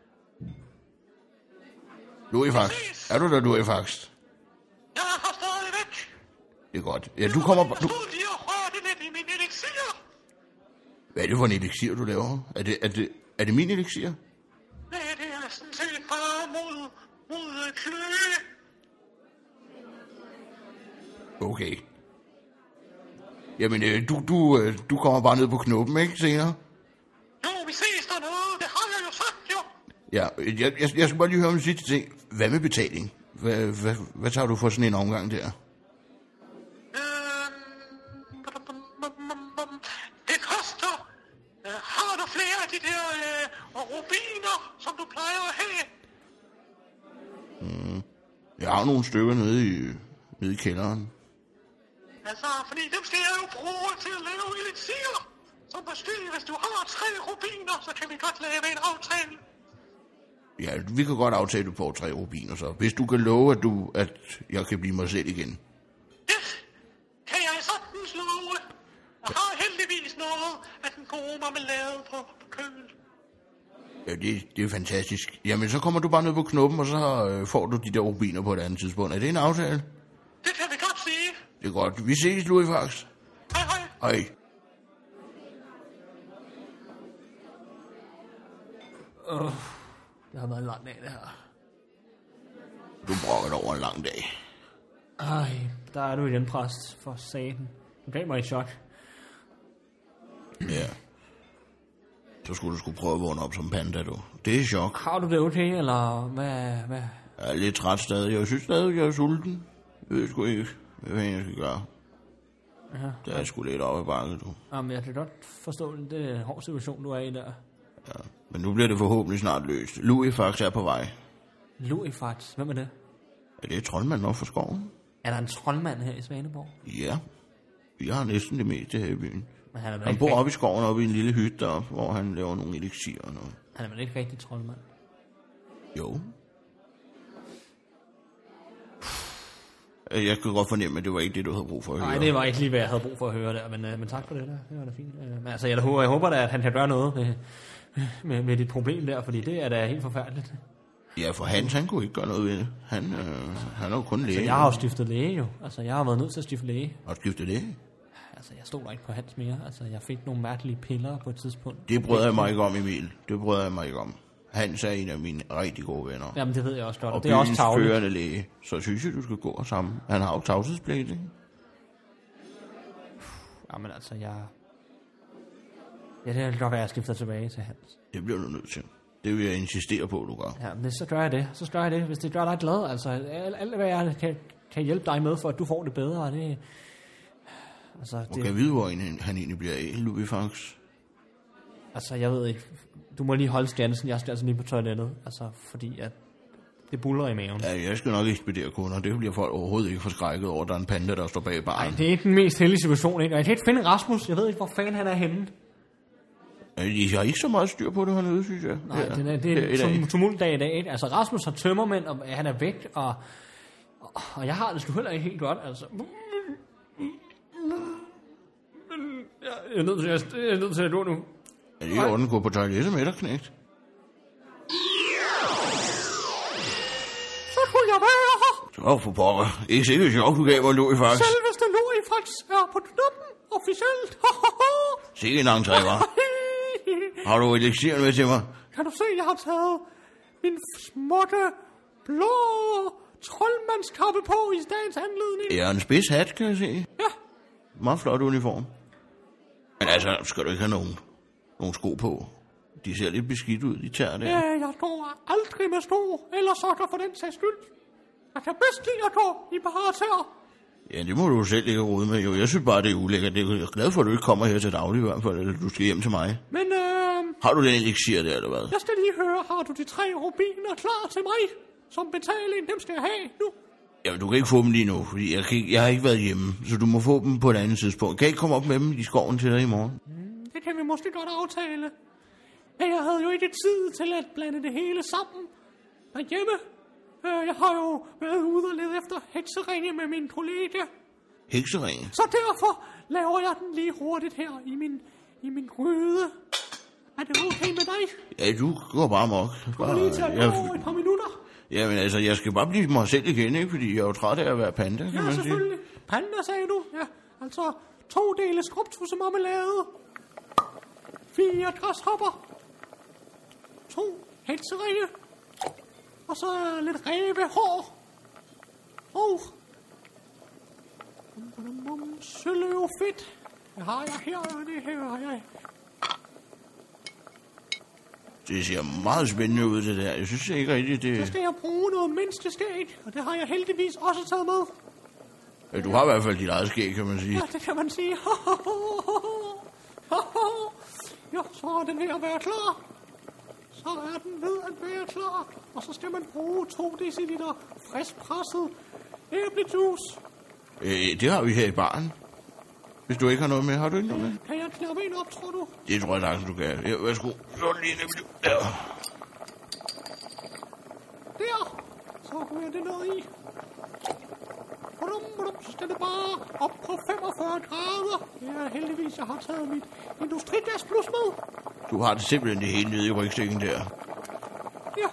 Speaker 1: Louis Fax. Er du der, Louis Fax?
Speaker 2: Jeg er her stadigvæk.
Speaker 1: Det er godt. Ja, du kommer...
Speaker 2: Jeg troede lige at røre det lidt i min elixir.
Speaker 1: Hvad er det for en elixir, du laver? Er det min elixir?
Speaker 2: Nej, det er sådan set bare mod kløe.
Speaker 1: Okay. Jamen, du kommer bare ned på knoppen, ikke, senere?
Speaker 2: Jo, vi ses dernede. Det har jeg jo sagt, jo.
Speaker 1: Ja, jeg skal bare lige høre om den sidste ting. Hvad med betaling? Hvad tager du for sådan en omgang der?
Speaker 2: de der rubiner, som du plejer at have?
Speaker 1: Jeg har nogle stykker nede i kælderen.
Speaker 2: Altså, fordi dem skal jeg jo bruge til at lave elixir. Så måske, hvis du har 3 rubiner, så kan vi godt lave en aftale.
Speaker 1: Ja, vi kan godt aftale, at du får 3 rubiner, så. Hvis du kan love, at jeg kan blive mig selv igen.
Speaker 2: Det kan jeg sagtens love. Jeg har heldigvis noget af den gode marmelade på køl.
Speaker 1: Ja, det er fantastisk. Jamen, så kommer du bare ned på knuppen, og så får du de der rubiner på et andet tidspunkt. Er det en aftale?
Speaker 2: Det kan vi godt sige.
Speaker 1: Det er godt. Vi ses, Lucifax.
Speaker 2: Hej, hej.
Speaker 1: Hej.
Speaker 3: Det har været en lang dag, det her.
Speaker 1: Du brokker dig over en lang dag.
Speaker 3: Ej, der er du i den præst for satan. Du gav mig et chok.
Speaker 1: Ja. Så skulle du prøve at vågne op som panda, du. Det er chok.
Speaker 3: Har du det okay, eller hvad?
Speaker 1: Jeg er lidt træt stadig. Jeg synes stadig, jeg er sulten. Jeg ved sgu ikke, hvad jeg skal gøre.
Speaker 3: Ja.
Speaker 1: Det er sgu lidt op i bakken, du.
Speaker 3: Jamen, jeg kan godt forstå, det er en hård situation, du er i der.
Speaker 1: Ja, men nu bliver det forhåbentlig snart løst. Lucifax er på vej.
Speaker 3: Lucifax? Hvem er det?
Speaker 1: Er det troldmanden op for skoven?
Speaker 3: Er der en troldmand her i Svaneborg?
Speaker 1: Ja. Vi har næsten det meste her i byen.
Speaker 3: Men han
Speaker 1: Han bor oppe i skoven, oppe i en lille hytte deroppe, hvor han laver nogle elixirer og noget.
Speaker 3: Han er vel ikke rigtig troldmand?
Speaker 1: Jo. Jeg kan godt fornemme, at det var ikke det, du havde brug for at høre.
Speaker 3: Nej, det var ikke lige, hvad jeg havde brug for at høre der, men tak for det der. Det var da fint. Men altså, jeg håber da, at han kan gøre noget med dit problem der, fordi det er da helt forfærdeligt.
Speaker 1: Ja, for han kunne ikke gøre noget ved det. Han er jo kun læge.
Speaker 3: Så jeg har jo skiftet læge jo. Altså, jeg har været nødt til at skifte læge.
Speaker 1: Har du skiftet læge?
Speaker 3: Altså, jeg stoler ikke på Hans mere. Altså, jeg fik nogle mærkelige piller på et tidspunkt.
Speaker 1: Det bryder jeg mig ikke om, Emil. Det bryder jeg mig ikke om. Hans er en af mine rigtig gode venner.
Speaker 3: Jamen, det ved jeg også godt.
Speaker 1: Og
Speaker 3: det er også tavligt.
Speaker 1: førende læge. Så synes jeg, du skal gå sammen. Han har jo tavshedspligt, ikke?
Speaker 3: Jamen, altså, Ja, det kan godt være, jeg skifter tilbage til Hans.
Speaker 1: Det bliver du nødt til. Det vil jeg insistere på, du gør.
Speaker 3: Ja, men så gør jeg det. Så gør jeg det, hvis det gør dig glad. Altså, alt hvad jeg kan hjælpe dig med, for at du får det bedre, det... Altså,
Speaker 1: Og kan vide, hvor han egentlig bliver af, Lucifax?
Speaker 3: Altså, jeg ved ikke. Du må lige holde standsen. Jeg skal altså lige på toilettet. Altså, fordi at det buller i maven.
Speaker 1: Ja, jeg skal nok ekspedere kunder. Det bliver folk overhovedet ikke forskrækket over, at der er en panda, der står bag baren.
Speaker 3: Nej, det er ikke den mest heldige situation, ikke? Og jeg kan ikke finde Rasmus. Jeg ved ikke, hvor fanden han er henne.
Speaker 1: Jeg har ikke så meget styr på det hernede, synes jeg.
Speaker 3: Nej, det er en tumultdag i dag, ikke? Altså, Rasmus har tømmermænd, og han er væk, og jeg har det sgu heller ikke helt godt, altså. Jeg er nødt til at gå nu.
Speaker 1: Er det i orden at gå på toilettet med dig, knægt?
Speaker 3: Så kunne jeg være her.
Speaker 1: Så for pokker. Ikke sikkert sjovt, du gav mig Lucifax.
Speaker 3: Selveste Lucifax er på knappen, officielt.
Speaker 1: Sikke en entré, hva'? Har du elixiren med til mig?
Speaker 3: Kan du se, jeg har taget min smukke, blå troldmandskappe på i dagens anledning?
Speaker 1: Ja, en spids hat, kan jeg se.
Speaker 3: Ja.
Speaker 1: Meget flot uniform. Men altså, skal du ikke have nogle sko på? De ser lidt beskidt ud, de tager der.
Speaker 3: Ja, jeg går aldrig med sko, eller sokker for den sags skyld. Jeg kan bedst lide at gå i bare tæer.
Speaker 1: Ja, det må du selv ikke rode med. Jo, jeg synes bare, det er ulækkert. Jeg er glad for, at du ikke kommer her til daglig, i hvert fald, eller du skal hjem til mig.
Speaker 3: Men
Speaker 1: har du den elixir der, eller hvad?
Speaker 3: Jeg skal lige høre, har du de 3 rubiner klar til mig? Som betaling, dem skal jeg have nu.
Speaker 1: Ja, du kan ikke få dem lige nu, fordi jeg har ikke været hjemme, så du må få dem på et andet tidspunkt. Kan jeg ikke komme op med dem i skoven til dig i morgen?
Speaker 3: Det kan vi måske godt aftale. Men jeg havde jo ikke tid til at blande det hele sammen derhjemme. Jeg har jo været ude og lede efter hekseringe med min kollega.
Speaker 1: Hekseringe?
Speaker 3: Så derfor laver jeg den lige hurtigt her i min gryde. Er det okay med dig?
Speaker 1: Ja, du går bare mok.
Speaker 3: Bare lige til at gå et par minutter.
Speaker 1: Ja, men altså, jeg skal bare blive mig selv igen, ikke? Fordi jeg er jo træt af at være panda, kan man sige.
Speaker 3: Ja, selvfølgelig. Panda, sagde du. Ja, altså 2 dele skrubtussemarmelade. 4 græshopper. 2 hekseringe. Og så lidt rævehår. Og søløvefedt. Det har jeg her, og det her har jeg.
Speaker 1: Det ser meget spændende ud, det der. Jeg synes ikke rigtigt, det...
Speaker 3: Så skal jeg bruge noget menneskeskæg, og det har jeg heldigvis også taget med.
Speaker 1: Ja, du har i hvert fald dit eget skæg, kan man sige.
Speaker 3: Ja, det kan man sige. Ja, så er den ved at være klar. Så er den ved at være klar. Og så skal man bruge 2 deciliter frisk presset æblejuice.
Speaker 1: Det har vi her i baren. Hvis du ikke har noget med, har du ikke noget med?
Speaker 3: Kan jeg knappe en op, tror du?
Speaker 1: Det tror jeg nok, du kan. Ja, værsgo. Der.
Speaker 3: Der. Så ryger det ned i. Så skal det bare op på 45 grader. Ja, heldigvis, jeg har taget mit industrigas plus med.
Speaker 1: Du har det simpelthen det hele nede i rygstikken der.
Speaker 3: Ja.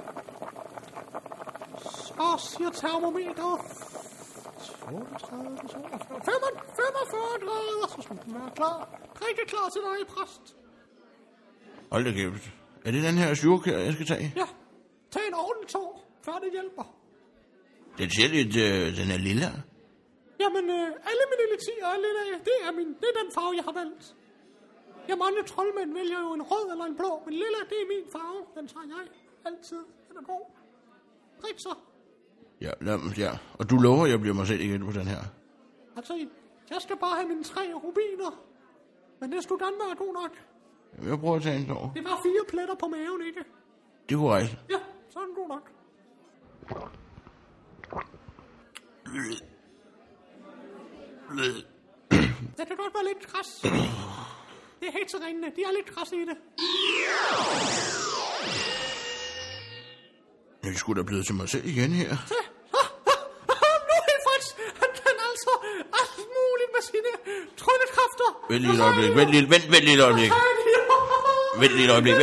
Speaker 3: Så siger termometeret 32, 45 grader. Så skal den være klar. Rigtig klar til dig, præst.
Speaker 1: Hold da kæft. Er det den her syrup, jeg skal tage?
Speaker 3: Ja. Tag en ordentlig tår, før det hjælper.
Speaker 1: Den ser lidt, den er lilla.
Speaker 3: Jamen, alle mine elixir er lilla. Det er den farve, jeg har valgt. Ja, mange troldmænd vælger jo en rød eller en blå, men lilla, det er min farve. Den tager jeg altid. Den er god. Drik så.
Speaker 1: Ja. Og du lover, at jeg bliver mig selv igen på den her?
Speaker 3: Altså, jeg skal bare have mine 3 rubiner. Men det skulle den være god nok.
Speaker 1: Jamen, jeg prøver at tage en tår.
Speaker 3: Det var 4 pletter på maven, ikke?
Speaker 1: Det er korrekt.
Speaker 3: Ja, så er den god nok. Det kan godt være lidt kras. Det er hækseringene. De er lidt kras i det.
Speaker 1: Jeg er sgu da blevet til mig selv igen her.
Speaker 3: Nu er Fritz. Han kan altså alt muligt med sine tryllekræfter.
Speaker 1: Vent lige et øjeblik. Vent lige et øjeblik. Vent lige et øjeblik.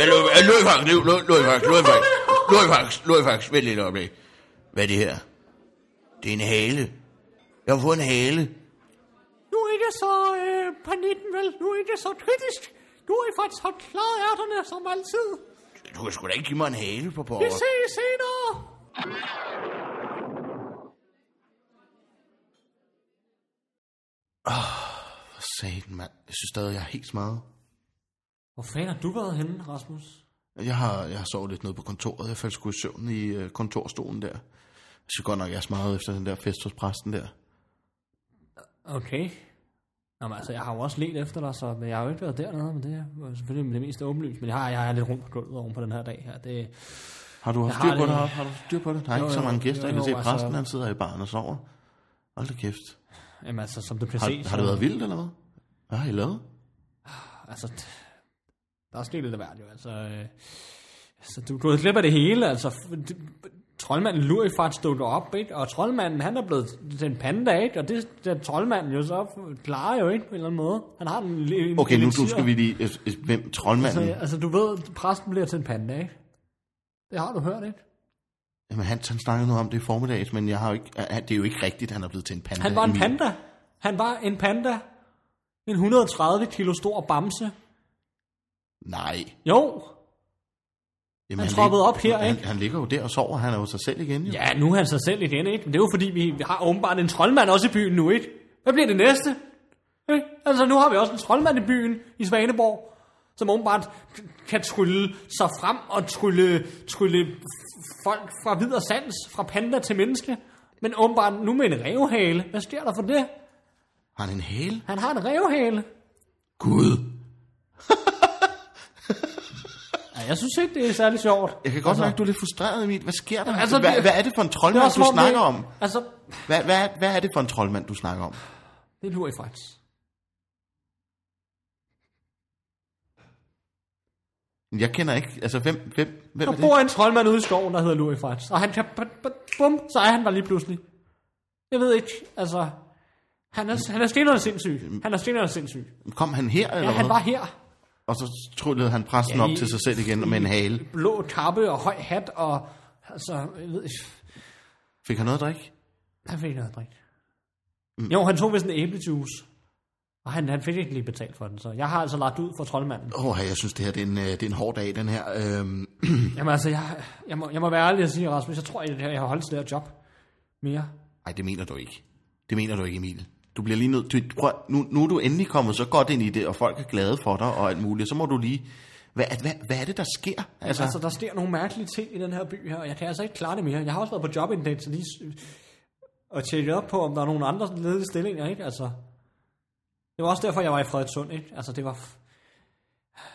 Speaker 1: Løgfax. Vent lige et øjeblik. Hvad er det her? Det er en hale. Jeg har fået en hale.
Speaker 3: Nu er det så panikken vel. Nu er det så kritisk. Du er faktisk har klaret ærterne som altid.
Speaker 1: Du kan sgu da ikke give mig en hale på bordet.
Speaker 3: Vi ses senere.
Speaker 1: For satan, mand. Jeg synes stadig, jeg er helt smadret.
Speaker 3: Hvor fanden har du været henne, Rasmus?
Speaker 1: Jeg har sovet lidt nede på kontoret. Jeg faldt sgu i søvn i kontorstolen der. Jeg synes godt nok, jeg er smadret efter den der fest hos præsten der.
Speaker 3: Okay. Jamen altså, jeg har jo også let efter dig, så, men jeg har jo ikke været dernede, men det er selvfølgelig det mest åbenlyst. Men jeg er lidt rundt på gulvet oven på den her dag her.
Speaker 1: Har du styr på det? Har du styr på det? Der er ikke så mange gæster. Jeg kan se, præsten han sidder i baren og sover. Hold da kæft.
Speaker 3: Jamen altså, som du kan se...
Speaker 1: Har det været vildt, eller hvad? Hvad har I lavet?
Speaker 3: Altså, der er sket lidt af hvert jo, altså du har glip af det hele, altså... Troldmanden Lurifat stod op, ikke? Og troldmanden, han er blevet til en panda, ikke? Og det troldmanden jo så klarer jo ikke på en eller anden måde. Han har en
Speaker 1: okay, nu skal vi lige... Hvem troldmanden?
Speaker 3: Altså, du ved, præsten bliver til en panda, ikke? Det har du hørt, ikke?
Speaker 1: Jamen, han snakker noget om det i formiddags, men jeg har jo ikke... Det er jo ikke rigtigt, han er blevet til en panda.
Speaker 3: Han var en panda. Han var en panda. En 130 kilo stor bamse.
Speaker 1: Nej.
Speaker 3: Jo.
Speaker 1: Jamen,
Speaker 3: han troppede op her, ikke?
Speaker 1: Han ligger jo der og sover, han er jo sig selv igen, jo.
Speaker 3: Ja, nu er han sig selv igen, ikke? Men det er jo fordi, vi har åbenbart en troldmand også i byen nu, ikke? Hvad bliver det næste? Ikke? Altså, nu har vi også en troldmand i byen i Svaneborg, som åbenbart kan trylle sig frem og trylle folk fra vid og sans, fra panda til menneske. Men åbenbart nu med en rævehale. Hvad sker der for det?
Speaker 1: Har han en hale?
Speaker 3: Han har en rævehale.
Speaker 1: Gud.
Speaker 3: Jeg synes ikke, det er særlig sjovt.
Speaker 1: Jeg kan godt mærke, du er lidt frustreret, Emil. Hvad sker der? Altså, hvad er det for en troldmand, du snakker om?
Speaker 3: Altså,
Speaker 1: hvad er det for en troldmand, du snakker om?
Speaker 3: Det er Lurifat.
Speaker 1: Jeg kender ikke, altså hvem er det?
Speaker 3: Der bor en troldmand ude i skoven, der hedder Lurifat. Og han kan, bum, så er han der lige pludselig. Jeg ved ikke, altså, han er stenerne sindssyg.
Speaker 1: Kom han her, eller
Speaker 3: Ja, han var her.
Speaker 1: Og så tryllede han præsten op til sig selv igen med en hale.
Speaker 3: Blå kappe og høj hat, og altså, jeg ved ikke.
Speaker 1: Fik han noget at drikke?
Speaker 3: Han fik noget at drikke. Jo, han tog vist en æblejuice. Og han fik ikke lige betalt for den, så jeg har altså lagt ud for troldmanden.
Speaker 1: Jeg synes, det her det er en hård dag, den her.
Speaker 3: Jamen altså, jeg må være ærlig og sige, Rasmus, jeg tror, jeg har holdt det her job mere.
Speaker 1: Nej, det mener du ikke. Det mener du ikke, Emil. Du bliver lige nødt til... Nu er du endelig kommet så godt ind i det, og folk er glade for dig og alt muligt. Så må du lige... Hvad er det, der sker?
Speaker 3: Altså, der sker nogle mærkelige ting i den her by her, og jeg kan altså ikke klare det mere. Jeg har også været på jobindex og tjekket op på, om der er nogle andre ledige stillinger, ikke? Altså, det var også derfor, jeg var i Frederikssund, ikke? Altså, det var...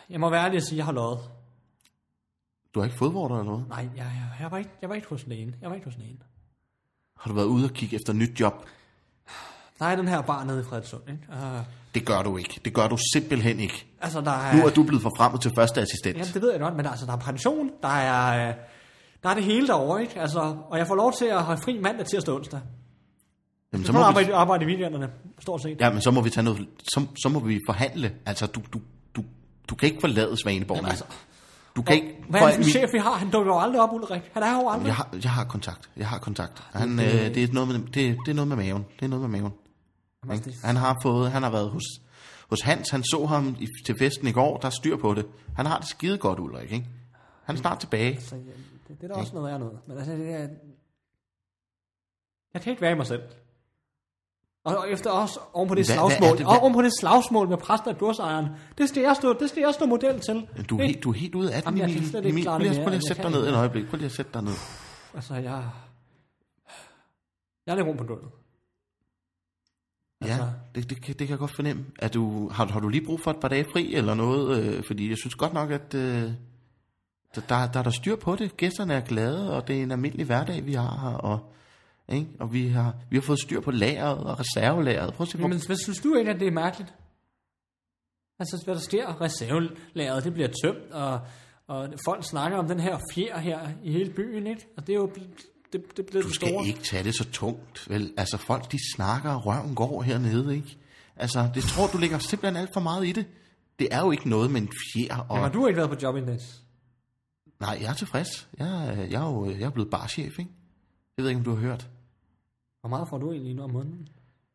Speaker 3: Jeg må være ærlig at sige, at jeg har løjet.
Speaker 1: Du har ikke fodvorter eller noget?
Speaker 3: Nej, jeg var ikke hos lægen.
Speaker 1: Har du været ude og kigge efter nyt job?
Speaker 3: Der er den her bar nede i Frederikssund, ikke?
Speaker 1: Det gør du ikke. Det gør du simpelthen ikke.
Speaker 3: Altså, der er...
Speaker 1: Nu er du blevet forfremmet til første assistent.
Speaker 3: Ja, det ved jeg godt, men altså, der er pension, der er det hele derovre, ikke? Altså, og jeg får lov til at have fri mandag, tirsdag og onsdag.
Speaker 1: Jamen,
Speaker 3: så må arbejde i weekenderne, stort set.
Speaker 1: Ja, men så må vi tage noget... Så må vi forhandle. Altså, du kan ikke forlade Svaneborg.
Speaker 3: Jamen, altså...
Speaker 1: Du kan ikke...
Speaker 3: Hvad er det for en chef, vi har? Han dukker jo aldrig op, Ulrik. Han er jo aldrig.
Speaker 1: Jeg har kontakt. Han, det er noget med maven. Det er noget med maven. Han har været hos Hans. Han så ham til festen i går. Der er styr på det. Han har det skide godt, Ulrik, ikke? Han er snart tilbage.
Speaker 3: Altså, det er da også noget værd noget. Men altså, det er... Jeg kan ikke være i mig selv. Og efter også oven på det slagsmål. Oven på det slagsmål med præsten og godsejeren. Det skal jeg stå model til.
Speaker 1: Du er helt ude af den, Emil. Prøv lige at sætte dig ned et øjeblik. Prøv lige at sætte dig ned.
Speaker 3: Altså, jeg er lidt rundt på gulvet.
Speaker 1: Ja, altså, det kan jeg godt fornemme. Har du lige brug for et par dage fri eller noget? Fordi jeg synes godt nok, at der er styr på det. Gæsterne er glade, og det er en almindelig hverdag, vi har her. Og vi har fået styr på lageret og reservelageret. Prøv at se,
Speaker 3: men hvad synes du ikke, at det er mærkeligt? Altså, hvad der sker? Reservelageret, det bliver tømt, og folk snakker om den her fjer her i hele byen, ikke? Og det er jo... Det
Speaker 1: du skal ikke tage det så tungt, vel? Altså, folk, de snakker, og røven går hernede, ikke? Altså, det tror du lægger simpelthen alt for meget i det. Det er jo ikke noget med en fjer. Og...
Speaker 3: Jamen, du har ikke været på Jobindex?
Speaker 1: Nej, jeg er tilfreds. Jeg er blevet barchef, ikke? Jeg ved ikke, om du har hørt.
Speaker 3: Hvor meget får du egentlig nu om måneden?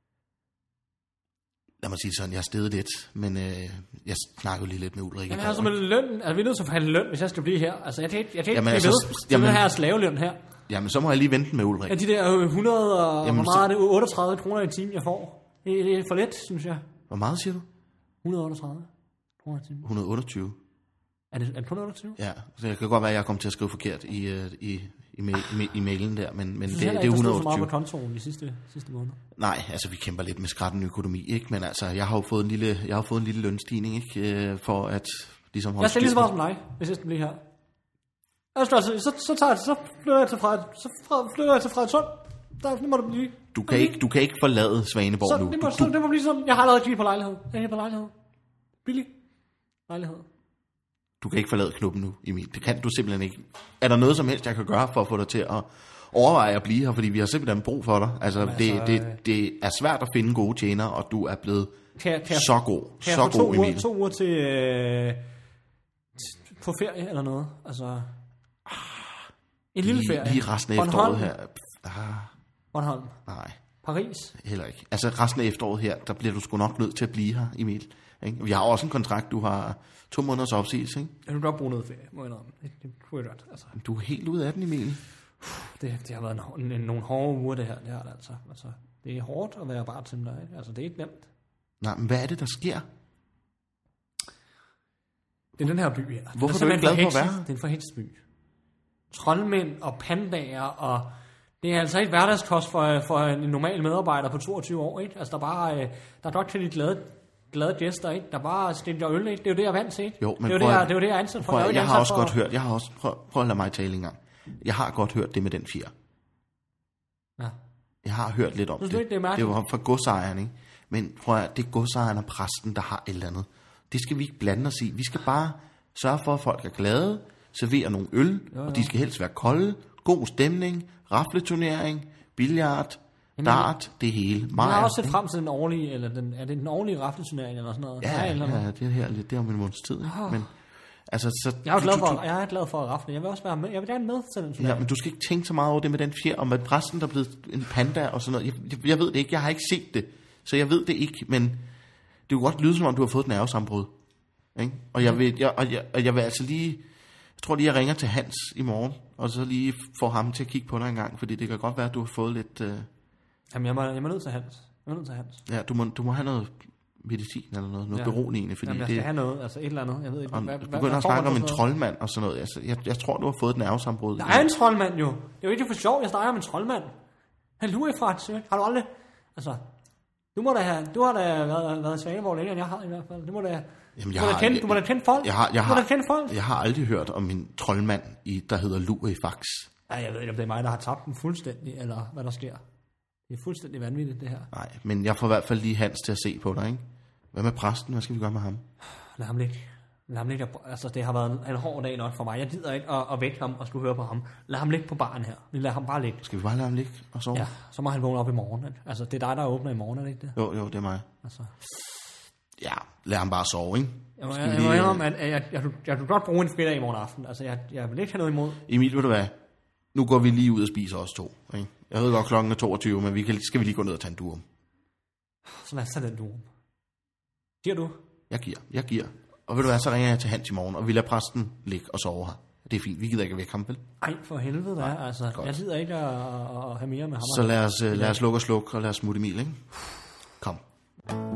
Speaker 1: Lad mig sige sådan, jeg har steget lidt, men jeg snakker jo lige lidt med Ulrik.
Speaker 3: Jamen altså med løn, altså vi er nødt til at forhandle løn, hvis jeg skal blive her. Altså jeg kan ikke blive ved til den her slaveløn her.
Speaker 1: Jamen så må jeg lige vente med Ulrik.
Speaker 3: Ja, de der 100 og jamen, hvor meget er det? 38 kroner i timen, jeg får. Det er for let, synes jeg.
Speaker 1: Hvor meget siger du?
Speaker 3: 138 kroner i timen.
Speaker 1: 128.
Speaker 3: Er det kun 28?
Speaker 1: Ja, så det kan godt være, at jeg kommer til at skrive forkert i mailen der, men det er 128.
Speaker 3: Du synes så meget på kontoen de sidste måneder?
Speaker 1: Nej, altså vi kæmper lidt med skratten økonomi, ikke? Men altså, jeg har jo fået en lille lønstigning, ikke? For at ligesom holde...
Speaker 3: Jeg skal lige så meget som dig, hvis jeg skal blive her. Altså, så flytter jeg til Frederikssund. Der må du blive.
Speaker 1: Du kan ikke forlade Svaneborg nu.
Speaker 3: Det må blive sådan. Jeg har allerede kigget på lejlighed. Billig lejlighed.
Speaker 1: Du kan ikke forlade klubben nu, Emil. Det kan du simpelthen ikke. Er der noget som helst, jeg kan gøre for at få dig til at overveje at blive her? Fordi vi har simpelthen brug for dig. Altså, det er svært at finde gode tjenere, og du er blevet så god.
Speaker 3: Kan jeg få 2 uger til på ferie eller noget? Altså... En lille ferie.
Speaker 1: Lige resten af efteråret her.
Speaker 3: Bornholm.
Speaker 1: Nej.
Speaker 3: Paris.
Speaker 1: Heller ikke. Altså resten af efteråret her, der bliver du sgu nok nødt til at blive her, Emil. Ikke? Vi har også en kontrakt, du har 2 måneders opsigelse, ikke?
Speaker 3: Jeg vil godt bruge noget ferie, må jeg indrømme. Det kunne jeg godt, altså.
Speaker 1: Du er helt ude af den, Emil.
Speaker 3: Det har været nogle hårde uger, det her. Det har det altså. Det er hårdt at være bartender, ikke? Altså, det er ikke nemt.
Speaker 1: Nej, men hvad er det, der sker?
Speaker 3: Det er den her by her.
Speaker 1: Hvorfor er du ikke glad for at være?
Speaker 3: Det er en forhekset by. Troldmænd og pandager, og det er altså ikke hverdagskost for en normal medarbejder på 22 år, ikke? Altså, der er godt til de glade gæster, ikke? Der bare stemmer øl, ikke? Det er jo det, jeg er vant til, ikke?
Speaker 1: Jo, men
Speaker 3: det er jo det, jeg er ansat for.
Speaker 1: Jeg har også godt hørt, prøv at lade mig tale en gang. Jeg har godt hørt det med den fjer.
Speaker 3: Ja.
Speaker 1: Jeg har hørt lidt om det.
Speaker 3: Det
Speaker 1: var fra godsejeren, ikke? Men prøv at det er godsejeren og præsten, der har et eller andet. Det skal vi ikke blande os i. Vi skal bare sørge for, at folk er glade, servere nogle øl, og de skal helst være kolde, god stemning, rafleturnering, billard, dart, det hele.
Speaker 3: Jeg har også set frem til den årlige, er det den årlige rafleturnering eller sådan noget?
Speaker 1: Ja, det er her lidt, det er om en måneds tid, ikke? Men altså, så
Speaker 3: jeg er glad for at rafle. Jeg vil også være med. Jeg vil gerne med til den.
Speaker 1: Ja, men du skal ikke tænke så meget over det med den fjer, og med præsten, der er blevet en panda og sådan noget. Jeg ved det ikke. Jeg har ikke set det, så jeg ved det ikke. Men det kunne godt lyde som om du har fået et nervesambrud, ikke? Og jeg vil altså lige, jeg tror lige jeg ringer til Hans i morgen, og så lige får ham til at kigge på dig en gang, fordi det kan godt være at du har fået lidt.
Speaker 3: Jamen jeg må nødt til Hans.
Speaker 1: Ja, du må have noget medicin eller noget beroligende, fordi
Speaker 3: jeg skal have noget, altså et eller andet, jeg ved ikke.
Speaker 1: Du begynder at snakke om en troldmand og sådan noget. Altså, jeg tror, du har fået et nervesambrud.
Speaker 3: Der er en troldmand jo. Det er jo ikke for sjov, jeg snakker om en troldmand. Han lurer fra har du aldrig... Altså, du har da været i Svaneborg længere, end jeg har i hvert fald.
Speaker 1: Jamen,
Speaker 3: Du må da tænde folk.
Speaker 1: Jeg har aldrig hørt om en troldmand, der hedder Lurifax.
Speaker 3: Ej, jeg ved ikke, om det er mig, der har tabt den fuldstændig, eller hvad der sker. Det er fuldstændig vanvittigt, det her.
Speaker 1: Nej, men jeg får i hvert fald lige Hans til at se på dig, ikke? Hvad med præsten? Hvad skal vi gøre med ham?
Speaker 3: Lad ham ligge. Altså, det har været en hård dag nok for mig. Jeg gider ikke at vække ham og skulle høre på ham. Lad ham ligge på baren her. Vi lader ham bare ligge.
Speaker 1: Skal vi bare lade ham ligge og sove?
Speaker 3: Ja, så må han vågne op i morgen. Ikke? Altså, det er dig, der åbner i morgen, er det ikke det?
Speaker 1: Jo, det er mig.
Speaker 3: Altså.
Speaker 1: Ja, lad ham bare sove, ikke?
Speaker 3: Jeg må om, at jeg kan godt bruge en fredag i morgen aften. Altså, jeg vil ikke have noget imod.
Speaker 1: Emil, ved du hvad? Nu går vi lige ud og spiser os to, ikke? Jeg ved godt, klokken er 22, men skal vi lige gå ned og tage en durum.
Speaker 3: Så lad os tage den durum. Giver du?
Speaker 1: Jeg giver. Og ved du hvad, så ringer jeg til Hans i morgen, og vi lader præsten ligge og sove her. Det er fint, vi gider ikke væk ham, vel?
Speaker 3: Ej, for helvede da. Altså, godt. Jeg gider ikke at have mere med ham.
Speaker 1: Så lad os lukke og slukke, og lad os smutte Emil, ikke? Kom.